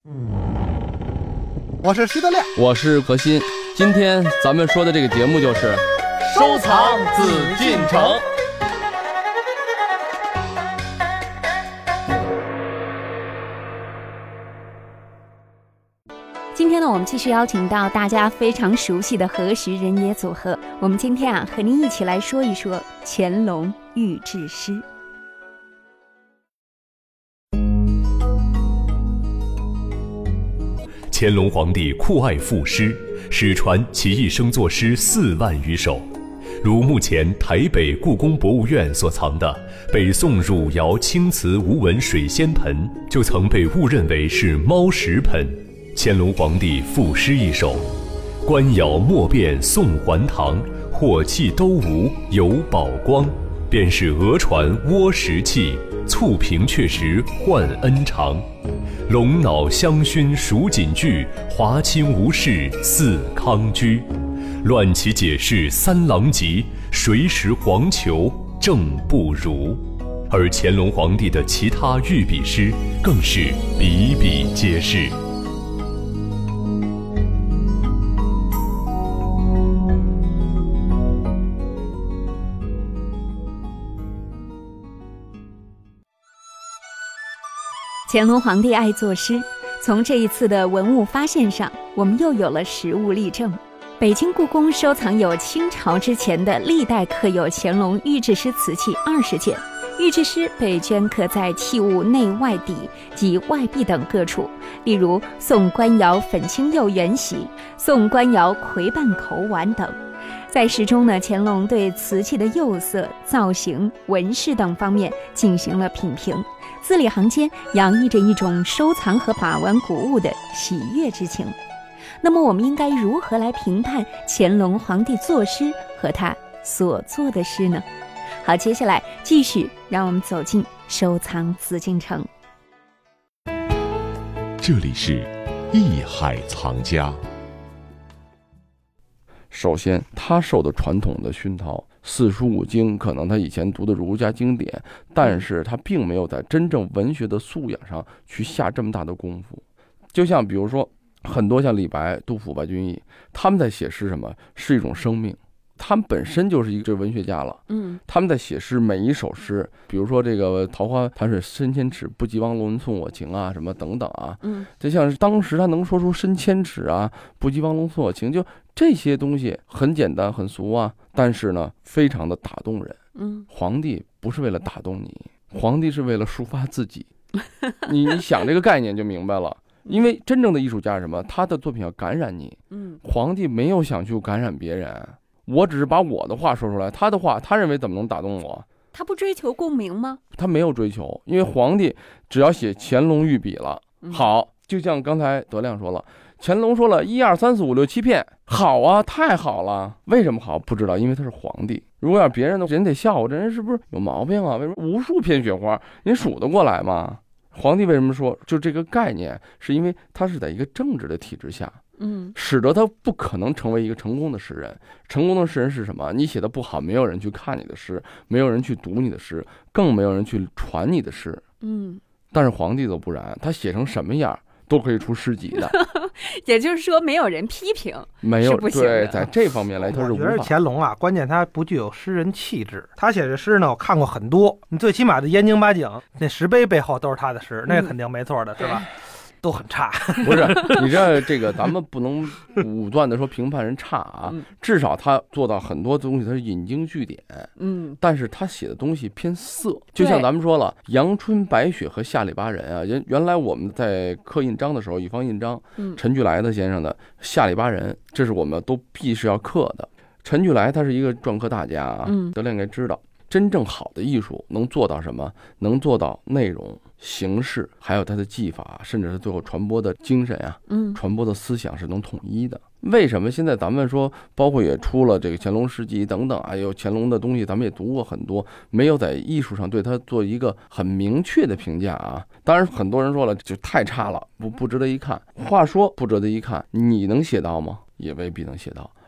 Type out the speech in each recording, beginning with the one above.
我是徐德亮， 我是何鑫。今天咱们说的这个节目就是收藏紫禁城。 今天呢，我们继续邀请到大家非常熟悉的何时人也组合。我们今天和您一起来说一说乾隆御制诗。 乾隆皇帝酷爱赋诗，史传其一生作诗4万余首，如目前台北故宫博物院所藏的北宋汝窑青瓷无纹水仙盆，就曾被误认为是猫石盆。乾隆皇帝赋诗一首：官窑莫辨宋还唐，火器都无有宝光。便是鹅船窝石器，醋瓶确实换恩长。龙脑香薰蜀锦具，华清无事四康居。乱其解释三郎集，谁识黄裘正不如。而乾隆皇帝的其他御笔诗更是比比皆是。 乾隆皇帝爱作诗，从这一次的文物发现上，我们又有了实物例证。北京故宫收藏有清朝之前的历代刻有乾隆御制诗瓷器20件，御制诗被镌刻在器物内外底及外壁等各处，例如宋官窑粉青釉圆席、宋官窑葵瓣口碗等。在诗中呢，乾隆对瓷器的釉色、造型、纹饰等方面进行了品评，字里行间洋溢着一种收藏和把玩古物的喜悦之情。那么我们应该如何来评判乾隆皇帝作诗和他所作的诗呢？好，接下来继续让我们走进收藏紫禁城。 这里是艺海藏家。 首先他受的传统的熏陶，四书五经可能他以前读的儒家经典，但是他并没有在真正文学的素养上去下这么大的功夫。就像比如说很多像李白、杜甫、白居易，他们在写诗什么是一种生命，他们本身就是一个文学家了。他们在写诗，每一首诗，比如说这个桃花潭水深千尺，不及汪伦送我情啊，什么等等啊，就像是当时他能说出深千尺啊，不及汪伦送我情，就这些东西很简单很俗啊，但是呢非常的打动人。皇帝不是为了打动你，皇帝是为了抒发自己。你想这个概念就明白了。因为真正的艺术家是什么？他的作品要感染你。皇帝没有想去感染别人，我只是把我的话说出来，他的话他认为怎么能打动我？ 他不追求共鸣吗？ 他没有追求，因为皇帝只要写乾隆御笔了，好，就像刚才德亮说了，乾隆说了1、2、3、4、5、6、7片，好啊，太好了。为什么好？不知道，因为他是皇帝。如果要别人的人得笑我，这人是不是有毛病啊？为什么无数片雪花，您数得过来吗？皇帝为什么说就这个概念，是因为他是在一个政治的体制下，使得他不可能成为一个成功的诗人。成功的诗人是什么？你写的不好，没有人去看你的诗，没有人去读你的诗，更没有人去传你的诗。但是皇帝都不然，他写成什么样都可以出诗集的。 也就是说没有人批评， 没有， 是不行的。 对，在这方面来他是无法。 我觉得乾隆啊，关键他不具有诗人气质。他写的诗呢，我看过很多，你最起码的燕京八景那石碑背后都是他的诗，那肯定没错的，是吧？都很差。 不是，你知道这个咱们不能武断的说评判人差啊，至少他做到很多东西他是引经据典，但是他写的东西偏色，就像咱们说了阳春白雪和下里巴人啊，原来我们在刻印章的时候，乙方印章，陈巨来的先生的下里巴人，这是我们都必须要刻的。陈巨来他是一个篆刻大家啊，德亮应该知道，真正好的艺术能做到什么？能做到内容、形式，还有它的技法，甚至是最后传播的精神啊，传播的思想是能统一的。为什么现在咱们说，包括也出了这个乾隆诗集等等啊，有乾隆的东西，咱们也读过很多，没有在艺术上对他做一个很明确的评价啊。当然，很多人说了，就太差了，不值得一看。话说不值得一看，你能写到吗？也未必能写到。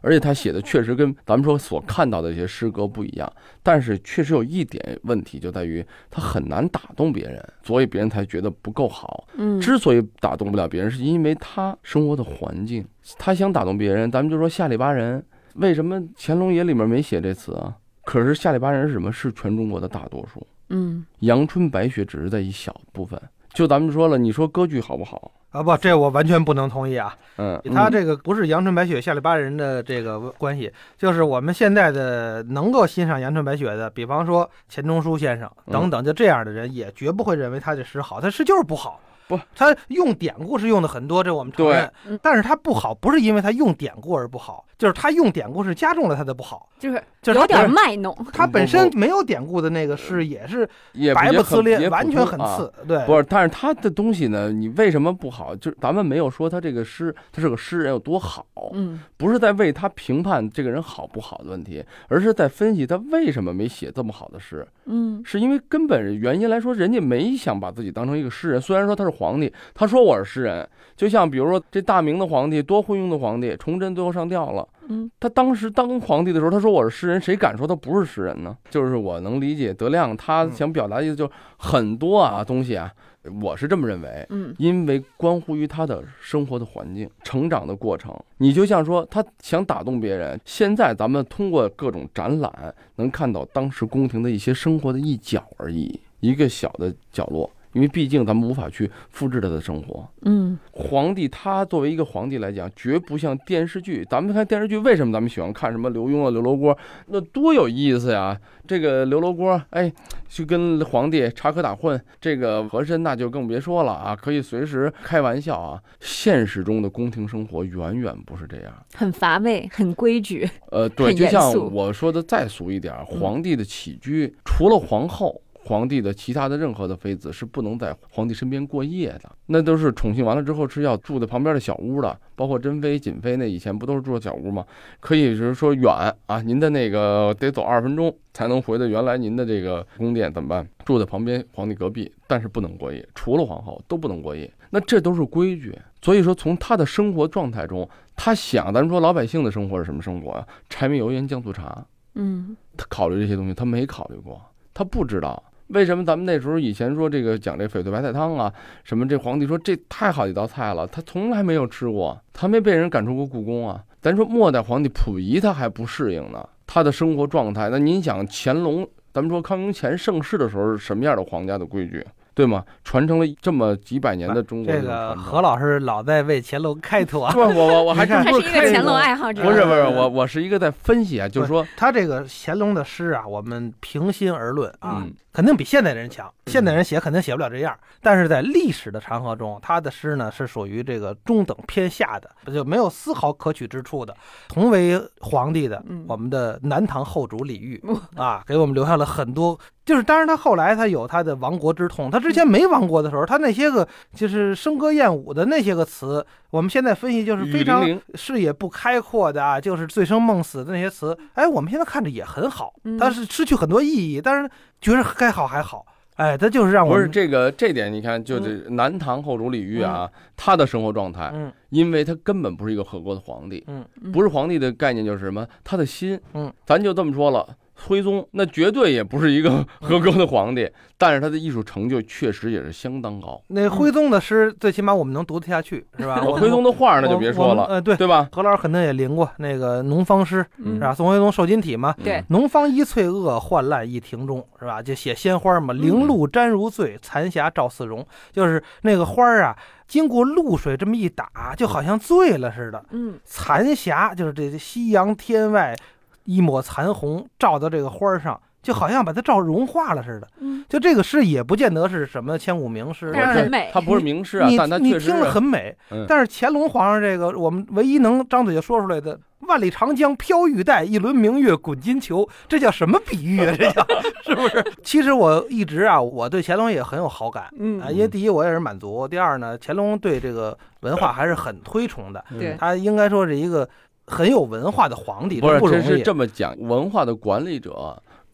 而且他写的确实跟咱们说所看到的一些诗歌不一样，但是确实有一点问题，就在于他很难打动别人，所以别人才觉得不够好。之所以打动不了别人，是因为他生活的环境。他想打动别人，咱们就说下里巴人，为什么乾隆爷里面没写这词啊？可是下里巴人是什么？是全中国的大多数。阳春白雪只是在一小部分。就咱们说了，你说歌剧好不好啊？不，这我完全不能同意啊。他这个不是阳春白雪下里巴人的这个关系，就是我们现在的能够欣赏阳春白雪的，比方说钱钟书先生等等，就这样的人也绝不会认为他这诗好，他诗就是不好。 不， 他用典故是用的很多，这我们承认。但是他不好，不是因为他用典故而不好，就是他用典故是加重了他的不好， 就是有点卖弄。 他本身没有典故的那个诗也是白不呲咧，完全很次。对， 不是，但是他的东西呢，你为什么不好？就是咱们没有说他这个诗，他是个诗人有多好，不是在为他评判这个人好不好的问题，而是在分析他为什么没写这么好的诗。是因为根本原因来说，人家没想把自己当成一个诗人，虽然说他是皇帝，他说我是诗人，就像比如说这大明的皇帝，多昏庸的皇帝，崇祯最后上吊了，他当时当皇帝的时候，他说我是诗人，谁敢说他不是诗人呢？就是我能理解德亮他想表达的意思，就很多东西啊，我是这么认为，因为关乎于他的生活的环境、成长的过程。你就像说他想打动别人，现在咱们通过各种展览能看到当时宫廷的一些生活的一角而已，一个小的角落。因为毕竟咱们无法去复制他的生活。皇帝他作为一个皇帝来讲，绝不像电视剧。咱们看电视剧，为什么咱们喜欢看什么刘墉啊、刘罗锅？那多有意思呀！这个刘罗锅，去跟皇帝插科打诨；这个和珅那就更别说了啊，可以随时开玩笑啊。现实中的宫廷生活远远不是这样， 很乏味，很规矩。 对，就像我说的再俗一点，皇帝的起居，除了皇后。皇帝的其他的任何的妃子是不能在皇帝身边过夜的，那都是宠幸完了之后是要住在旁边的小屋的，包括珍妃、瑾妃那以前不都是住在小屋吗？可以就是说远啊，您的那个得走20分钟才能回到原来您的这个宫殿，怎么办？住在旁边皇帝隔壁，但是不能过夜，除了皇后都不能过夜。那这都是规矩。所以说从他的生活状态中，他想咱们说老百姓的生活是什么生活啊？柴米油盐酱醋茶。他考虑这些东西，他没考虑过，他不知道。为什么咱们那时候以前说这个讲这翡翠白菜汤啊，什么这皇帝说这太好一道菜了，他从来没有吃过，他没被人赶出过故宫啊。咱说末代皇帝溥仪他还不适应呢，他的生活状态。那您想乾隆，咱们说康雍乾盛世的时候是什么样的皇家的规矩，对吗？传承了这么几百年的中国。 这个何老师老在为乾隆开脱。 不，我还他是一个乾隆爱好者。 不是，我是一个在分析啊，就是说他这个乾隆的诗啊，我们平心而论啊。肯定比现代人强，现代人写肯定写不了这样，但是在历史的长河中，他的诗呢是属于这个中等偏下的，就没有丝毫可取之处的。同为皇帝的，我们的南唐后主李煜啊，给我们留下了很多。就是当然他后来他有他的亡国之痛，他之前没亡国的时候，他那些个就是笙歌燕舞的那些个词，我们现在分析就是非常视野不开阔的啊，就是醉生梦死的那些词，我们现在看着也很好，但是失去很多意义，但是觉得该好还好。他就是让我不是这点，你看，就是南唐后主李煜啊，他的生活状态，因为他根本不是一个合格的皇帝，不是皇帝的概念就是什么，他的心，咱就这么说了。徽宗那绝对也不是一个合格的皇帝，但是他的艺术成就确实也是相当高。 那徽宗的诗，最起码我们能读得下去，是吧？ 徽宗的画那就别说了，对吧？ 何老师肯定也临过那个农方诗，是吧？宋徽宗瘦金体嘛， 对， 农方一翠萼，患烂一庭中，是吧？就写鲜花嘛，零露沾如醉，残霞照似容，就是那个花啊。经过露水这么一打，就好像醉了似的。残霞就是这夕阳天外。一抹残红照到这个花上，就好像把它照融化了似的。就这个诗也不见得是什么千古名诗， 但是很美。 它不是名诗啊，但它确实你听了很美。但是乾隆皇上这个，我们唯一能张嘴就说出来的“万里长江飘玉带，一轮明月滚金球”，这叫什么比喻啊？这叫是不是？其实我一直啊，我对乾隆也很有好感。因为第一我也是满族，第二呢，乾隆对这个文化还是很推崇的。他应该说是一个很有文化的皇帝， 不是， 不容易。 这是这么讲，文化的管理者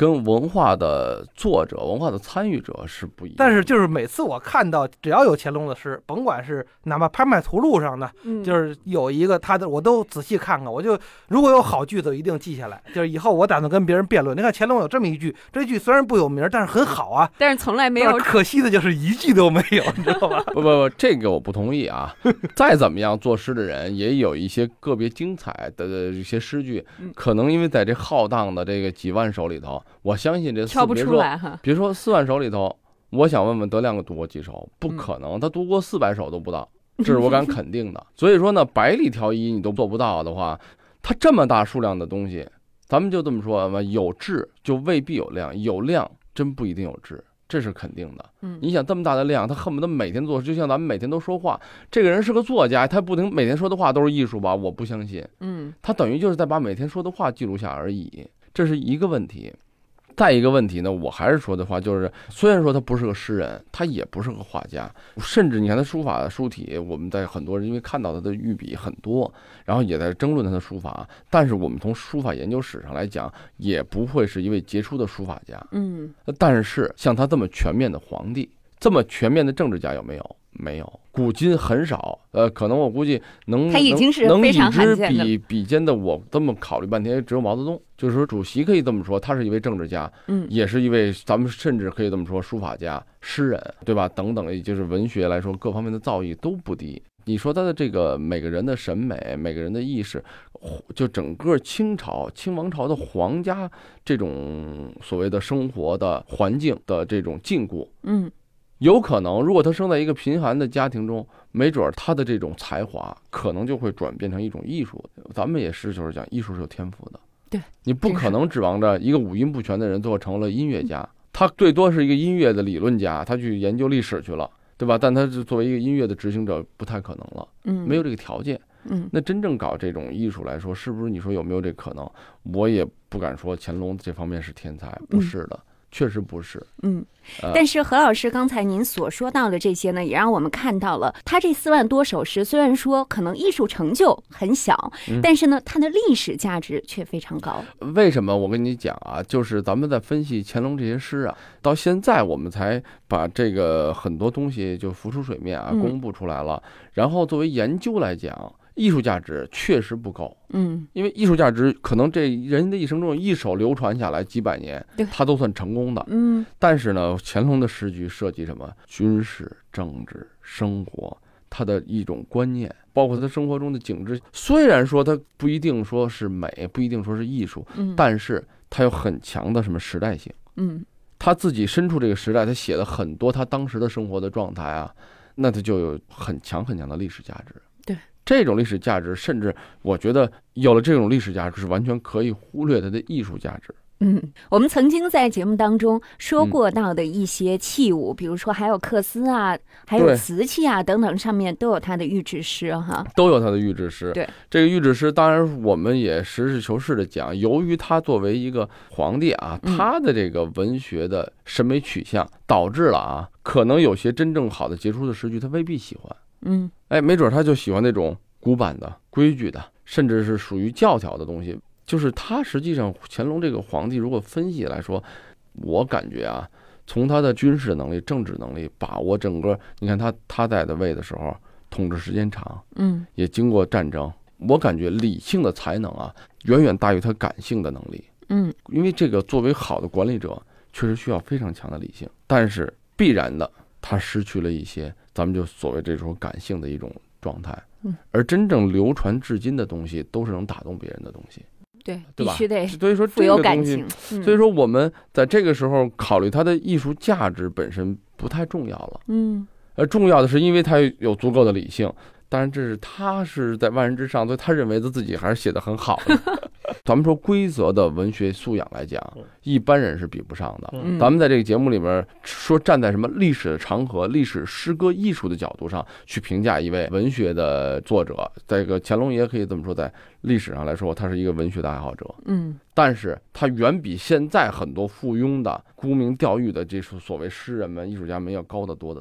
跟文化的作者、文化的参与者是不一样的。 但是就是每次我看到只要有乾隆的诗，甭管是哪怕拍卖图录上呢，就是有一个他的，我都仔细看看。我就如果有好句子，一定记下来。就是以后我打算跟别人辩论。你看乾隆有这么一句，这句虽然不有名，但是很好啊。 但是从来没有。 可惜的就是一句都没有，你知道吧？ 不，这个我不同意啊。再怎么样，作诗的人也有一些个别精彩的一些诗句，可能因为在这浩荡的这个几万首里头。我相信这挑不出来哈。 比如说4万首里头，我想问问德亮读过几首？不可能，他读过400首都不到，这是我敢肯定的。所以说呢，百里挑一你都做不到的话，他这么大数量的东西，咱们就这么说吧，有质就未必有量，有量真不一定有质，这是肯定的。你想这么大的量，他恨不得每天做，就像咱们每天都说话。这个人是个作家，他不能每天说的话都是艺术吧？我不相信。他等于就是在把每天说的话记录下而已。这是一个问题。再一个问题呢，我还是说的话，就是虽然说他不是个诗人，他也不是个画家，甚至你看他书法书体，我们在很多人因为看到他的御笔很多，然后也在争论他的书法，但是我们从书法研究史上来讲，也不会是一位杰出的书法家。但是像他这么全面的皇帝，这么全面的政治家有没有？没有，古今很少。可能我估计他已经是非常罕见的。 比肩的，我这么考虑半天，只有毛泽东。就是说，主席可以这么说，他是一位政治家，也是一位咱们甚至可以这么说书法家、诗人，对吧？等等，也就是文学来说，各方面的造诣都不低。你说他的这个每个人的审美、每个人的意识，就整个清王朝的皇家这种所谓的生活的环境的这种禁锢，有可能，如果他生在一个贫寒的家庭中，没准他的这种才华可能就会转变成一种艺术。咱们也是，就是讲艺术是有天赋的。 对， 你不可能指望着一个五音不全的人最后成了音乐家，他最多是一个音乐的理论家，他去研究历史去了，对吧？但他是作为一个音乐的执行者，不太可能了。没有这个条件。那真正搞这种艺术来说，是不是你说有没有这可能？我也不敢说乾隆这方面是天才，不是的。确实不是。 但是何老师刚才您所说到的这些呢，也让我们看到了他这4万多首诗，虽然说可能艺术成就很小，但是呢，它的历史价值却非常高。 为什么？我跟你讲啊，就是咱们在分析乾隆这些诗啊，到现在我们才把这个很多东西就浮出水面啊，公布出来了。然后作为研究来讲，艺术价值确实不够。因为艺术价值可能这人的一生中一手流传下来几百年，他都算成功的。但是呢，乾隆的诗句涉及什么军事、政治、生活，他的一种观念，包括他生活中的景致。虽然说他不一定说是美，不一定说是艺术，但是他有很强的什么时代性。他自己身处这个时代，他写了很多他当时的生活的状态啊，那他就有很强的历史价值。这种历史价值，甚至我觉得有了这种历史价值，是完全可以忽略它的艺术价值。 我们曾经在节目当中说过到的一些器物，比如说还有缂丝啊，还有瓷器啊等等，上面都有它的御制诗哈， 都有它的御制诗。 对， 这个御制诗，当然我们也实事求是的讲，由于他作为一个皇帝啊，他的这个文学的审美取向，导致了啊，可能有些真正好的杰出的诗句，他未必喜欢。没准他就喜欢那种古板的、规矩的，甚至是属于教条的东西。就是他实际上乾隆这个皇帝，如果分析来说，我感觉啊，从他的军事能力、政治能力，把握整个，你看他在的位的时候，统治时间长，也经过战争，我感觉理性的才能啊，远远大于他感性的能力。因为这个作为好的管理者，确实需要非常强的理性，但是必然的，他失去了一些咱们就所谓这种感性的一种状态。而真正流传至今的东西，都是能打动别人的东西。 对， 对吧？ 必须得所以说富有感情。 所以说我们在这个时候考虑它的艺术价值本身不太重要了。重要的是因为它有足够的理性。当然，他是在万人之上，所以他认为他自己还是写得很好的。咱们说规则的文学素养来讲，一般人是比不上的。咱们在这个节目里边说，站在什么历史的长河、历史诗歌艺术的角度上去评价一位文学的作者，这个乾隆爷可以这么说，在历史上来说，他是一个文学的爱好者。但是他远比现在很多附庸的沽名钓誉的这所谓诗人们、艺术家们要高得多得多。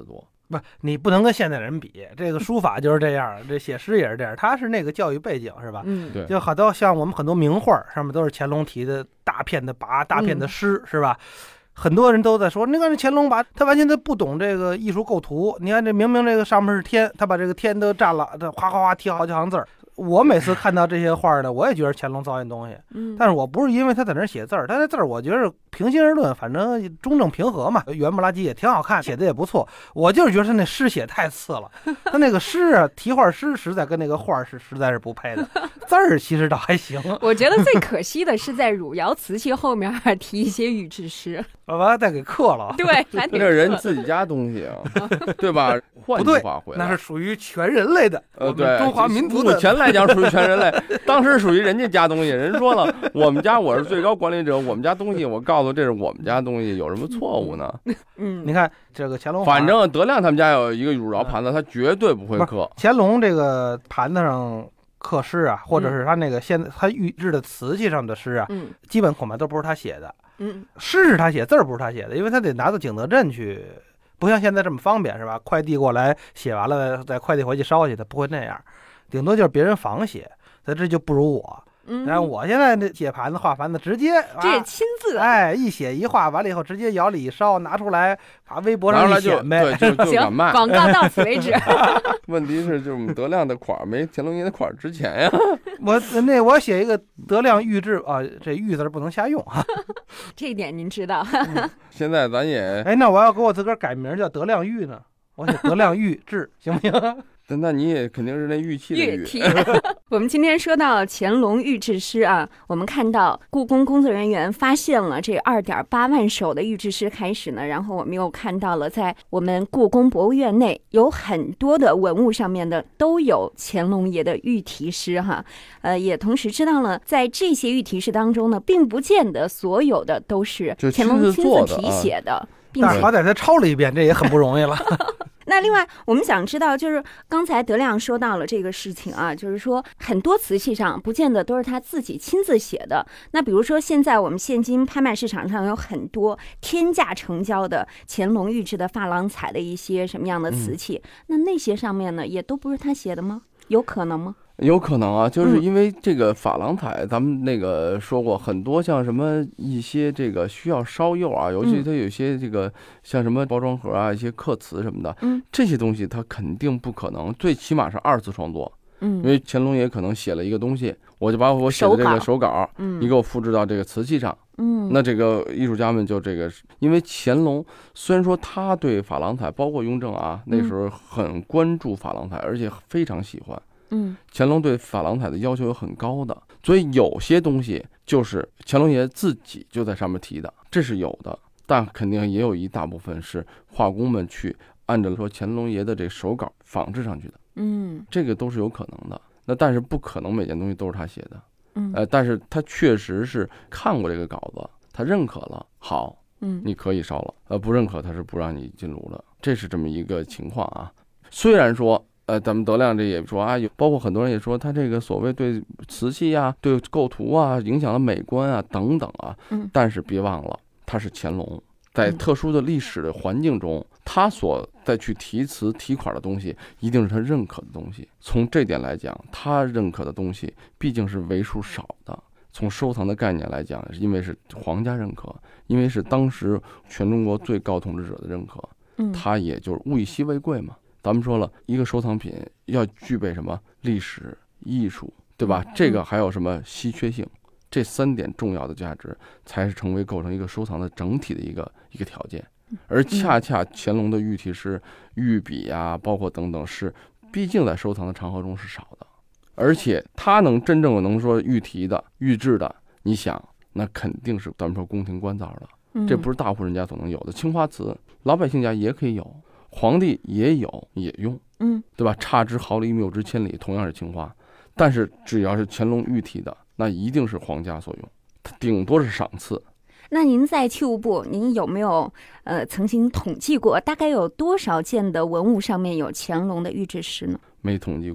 不，你不能跟现代人比，这个书法就是这样，这写诗也是这样，他是那个教育背景是吧？ 对， 就好多像我们很多名画上面都是乾隆题的大片的跋、大片的诗是吧？很多人都在说，你看这乾隆跋，他完全不懂这个艺术构图。你看这明明这个上面是天，他把这个天都占了，这哗哗哗贴好几行字儿。我每次看到这些画呢，我也觉得乾隆造现东西，但是我不是因为他在那写字儿，他那字儿我觉得平心而论，反正中正平和嘛，圆不拉几也挺好看，写的也不错。我就是觉得他那诗写太次了，他那个诗啊，题画诗实在跟那个画是实在是不配的，字儿其实倒还行。 我觉得最可惜的是在汝窑瓷器后面提一些御制诗， 把它再给刻了。 对，还得那是人自己家东西啊，对吧？换句话回来， 那是属于全人类的， 对， 中华民族的。 目前来讲属于全人类，当时属于人家家东西。人说了，我们家我是最高管理者，我们家东西我告诉这是我们家东西，有什么错误呢？ 你看这个乾隆， 反正德亮他们家有一个汝窑盘子，他绝对不会刻。 乾隆这个盘子上刻诗啊，或者是他那个现在他御制的瓷器上的诗啊，基本恐怕都不是他写的。诗是他写，字儿不是他写的，因为他得拿到景德镇去。不像现在这么方便是吧？快递过来写完了再快递回去烧去，他不会那样，顶多就是别人仿写，他这就不如我。然后我现在这写盘子画盘子直接这是亲自一写一画完了以后直接窑里一烧，拿出来把微博上一显呗。 对，就敢卖。 广告到此为止。 问题是就是我们德亮的款没乾隆爷的款值钱呀。 我写一个德亮御制啊，这御字不能瞎用啊。 这一点您知道。 现在咱也那我要给我自个儿改名叫德亮御呢，我写德亮御制行不行？ 那你也肯定是那玉器的玉。 我们今天说到乾隆御制诗啊，我们看到故宫工作人员发现了这2.8万首的御制诗开始呢，然后我们又看到了在我们故宫博物院内有很多的文物上面的都有乾隆爷的御题诗哈，也同时知道了在这些御题诗当中呢，并不见得所有的都是乾隆亲自题写的， 但是好歹他抄了一遍，这也很不容易了。 那另外我们想知道，就是刚才德亮说到了这个事情啊，就是说很多瓷器上不见得都是他自己亲自写的。那比如说现在我们现今拍卖市场上有很多天价成交的乾隆御制的珐琅彩的一些什么样的瓷器，那些上面呢也都不是他写的吗？有可能吗？ 有可能啊，就是因为这个珐琅彩，咱们那个说过很多，像什么一些这个需要烧釉啊，尤其它有些这个像什么包装盒啊，一些刻瓷什么的，这些东西它肯定不可能，最起码是2次创作。因为乾隆爷可能写了一个东西，我就把我写的这个手稿，你给我复制到这个瓷器上。那这个艺术家们就这个，因为乾隆虽然说他对珐琅彩，包括雍正啊，那时候很关注珐琅彩，而且非常喜欢。乾隆对珐琅彩的要求有很高的，所以有些东西就是乾隆爷自己就在上面提的，这是有的，但肯定也有一大部分是画工们去按照说乾隆爷的这手稿仿制上去的，这个都是有可能的。那但是不可能每件东西都是他写的，但是他确实是看过这个稿子，他认可了，好，你可以烧了，不认可他是不让你进炉的，这是这么一个情况啊。虽然说咱们德亮这也说啊，包括很多人也说他这个所谓对瓷器啊、对构图啊影响了美观啊等等啊，但是别忘了他是乾隆，在特殊的历史的环境中，他所再去题词题款的东西，一定是他认可的东西。从这点来讲，他认可的东西毕竟是为数少的。从收藏的概念来讲，因为是皇家认可，因为是当时全中国最高统治者的认可，他也就是物以稀为贵嘛。咱们说了一个收藏品要具备什么历史、艺术，对吧？这个还有什么稀缺性，这3点重要的价值才是成为构成一个收藏的整体的一个条件。而恰恰乾隆的御题诗、御笔啊，包括等等，是毕竟在收藏的场合中是少的，而且他能真正能说御题的、御制的，你想那肯定是咱们说宫廷官造的，这不是大户人家所能有的。青花瓷老百姓家也可以有，皇帝也有也用，对吧？差之毫厘，谬之千里，同样是青花，但是只要是乾隆御题的，那一定是皇家所用，它顶多是赏赐。 那您在器物部，您有没有曾经统计过，大概有多少件的文物上面有乾隆的御制诗呢？ 没统计过，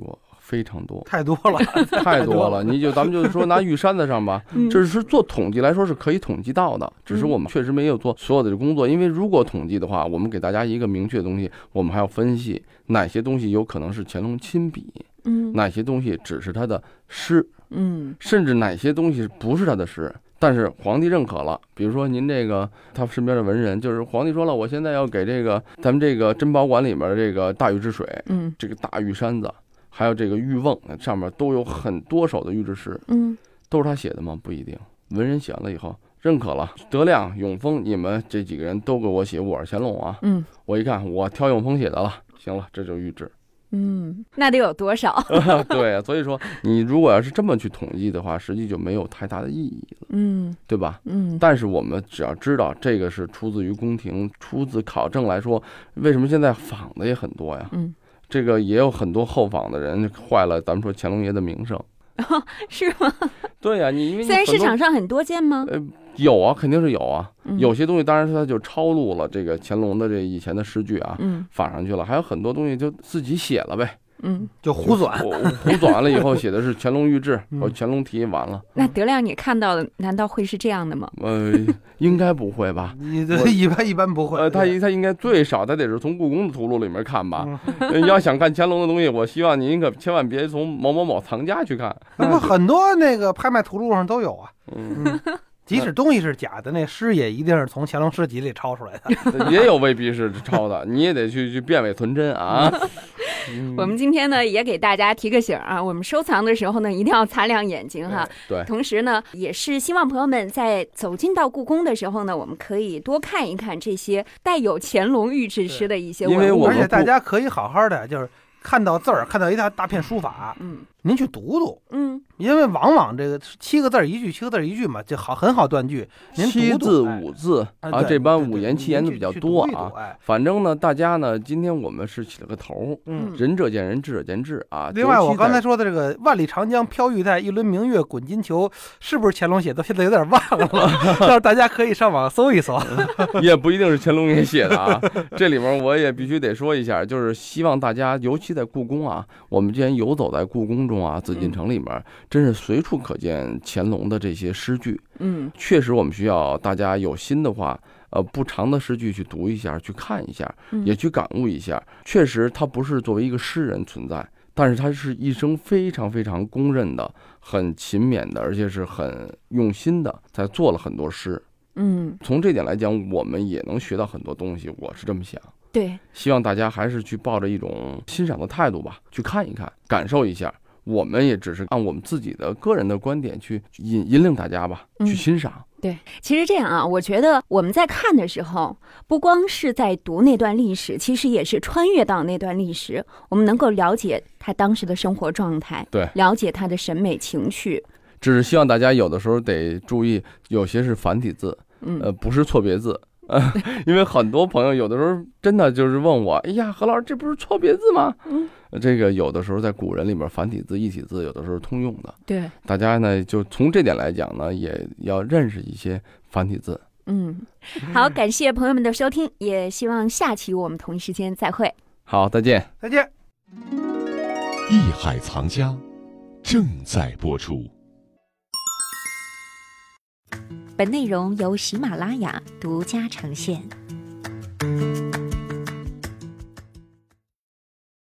非常多， 太多了， 太多了。咱们就说拿玉山子上吧，这是做统计来说是可以统计到的，只是我们确实没有做所有的工作。因为如果统计的话，我们给大家一个明确的东西，我们还要分析哪些东西有可能是乾隆亲笔，哪些东西只是他的诗，甚至哪些东西不是他的诗。但是皇帝认可了，比如说您这个他身边的文人，就是皇帝说了，我现在要给这个咱们这个珍宝馆里面的这个大禹治水，这个大玉山子，还有这个玉瓮，上面都有很多首的御制诗，都是他写的吗？不一定，文人写完了以后认可了，德亮、永丰，你们这几个人都给我写我是乾隆啊，我一看我挑永丰写的了，行了，这就是御制。 那得有多少？ 对，所以说你如果要是这么去统计的话，实际就没有太大的意义了，对吧？但是我们只要知道这个是出自于宫廷，出自考证来说，为什么现在仿的也很多呀？这个也有很多后仿的人坏了咱们说乾隆爷的名声。 是吗？ 对呀，因为现在市场上很多见吗？ 有啊，肯定是有啊。有些东西当然是他就抄录了这个乾隆的这以前的诗句啊，仿上去了。还有很多东西就自己写了呗， 就胡转， 胡转完了以后写的是乾隆御制或乾隆题，完了。 那德亮，你看到的难道会是这样的吗？ 应该不会吧？ 你这一般不会。 他应该最少他得是从故宫的图录里面看吧。你要想看乾隆的东西，我希望您可千万别从某某某藏家去看。 那不很多那个拍卖图录上都有啊。即使东西是假的，那诗也一定是从乾隆诗集里抄出来的。 也有未必是抄的，你也得去辨伪存真啊。 我们今天呢也给大家提个醒啊，我们收藏的时候呢一定要擦亮眼睛哈。 对。 同时呢，也是希望朋友们在走进到故宫的时候呢，我们可以多看一看这些带有乾隆御制诗的一些文物， 而且大家可以好好的就是看到字儿，看到一大片书法，您去读读，因为往往这个7个字一句，7个字一句嘛，就很好断句。您 7字5字啊，这般5言7言的比较多啊。反正呢，大家呢，今天我们是起了个头，仁者见仁，智者见智啊。 另外，我刚才说的这个万里长江飘玉带，一轮明月滚金球，是不是乾隆写的？现在有点忘了，但是大家可以上网搜一搜。 也不一定是乾隆爷写的啊。这里面我也必须得说一下，就是希望大家，尤其在故宫啊，我们既然游走在故宫中啊，紫禁城里面，真是随处可见乾隆的这些诗句。确实我们需要大家有心的话，不长的诗句去读一下，去看一下，也去感悟一下。确实他不是作为一个诗人存在，但是他是一生非常非常公认的，很勤勉的，而且是很用心的，才做了很多诗。从这点来讲，我们也能学到很多东西，我是这么想。 对， 希望大家还是去抱着一种欣赏的态度吧，去看一看，感受一下。我们也只是按我们自己的个人的观点去引领大家吧，去欣赏。 对，其实这样啊，我觉得我们在看的时候，不光是在读那段历史，其实也是穿越到那段历史，我们能够了解他当时的生活状态， 对， 了解他的审美情绪。 只是希望大家有的时候得注意，有些是繁体字，不是错别字。因为很多朋友有的时候真的就是问我，哎呀，何老师，这不是错别字吗？这个有的时候在古人里面，繁体字、异体字有的时候通用的。对，大家呢就从这点来讲呢，也要认识一些繁体字。 好，感谢朋友们的收听，也希望下期我们同一时间再会。 好，再见， 再见。 艺海藏家正在播出。 本内容由喜马拉雅独家呈现。